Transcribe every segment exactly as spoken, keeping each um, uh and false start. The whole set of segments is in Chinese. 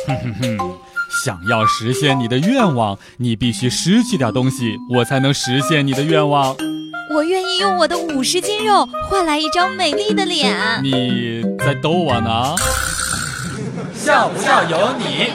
哼哼哼，想要实现你的愿望，你必须失去点东西，我才能实现你的愿望。 我愿意用我的五十斤肉换来一张美丽的脸。 你在逗我呢？ 笑不笑由你。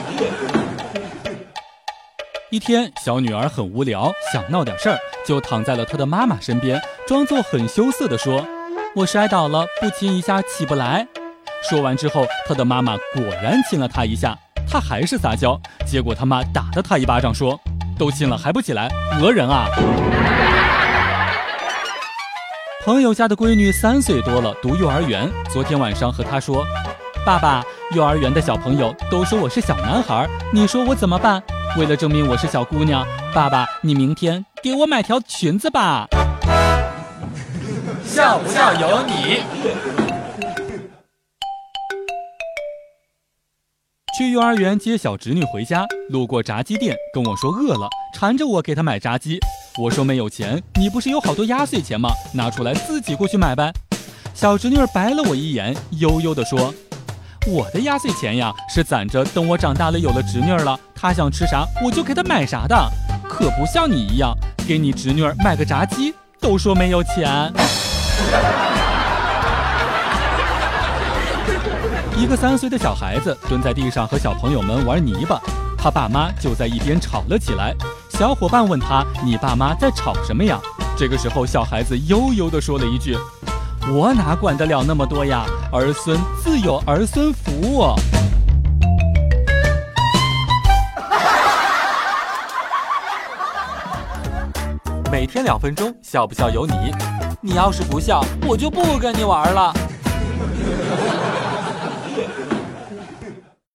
一天，小女儿很无聊，想闹点事儿，就躺在了她的妈妈身边，装作很羞涩地说：“我摔倒了，不亲一下起不来。”说完之后，她的妈妈果然亲了她一下，她还是撒娇，结果她妈打了她一巴掌，说：“都亲了还不起来，讹人啊！”朋友家的闺女三岁多了，读幼儿园，昨天晚上和她说：“爸爸，幼儿园的小朋友都说我是小男孩，你说我怎么办？为了证明我是小姑娘，爸爸，你明天给我买条裙子吧。” 笑不笑由你。 去幼儿园接小侄女回家，路过炸鸡店，跟我说饿了，缠着我给她买炸鸡。我说没有钱，你不是有好多压岁钱吗？拿出来自己过去买呗。小侄女儿白了我一眼，悠悠地说：“我的压岁钱呀，是攒着等我长大了有了侄女儿了，她想吃啥我就给她买啥的，可不像你一样，给你侄女儿买个炸鸡都说没有钱。”一个三岁的小孩子蹲在地上和小朋友们玩泥巴，他爸妈就在一边吵了起来。小伙伴问他：“你爸妈在吵什么呀？”这个时候，小孩子悠悠地说了一句：“我哪管得了那么多呀，儿孙自有儿孙福。”每天两分钟，笑不笑由你。你要是不笑，我就不跟你玩了。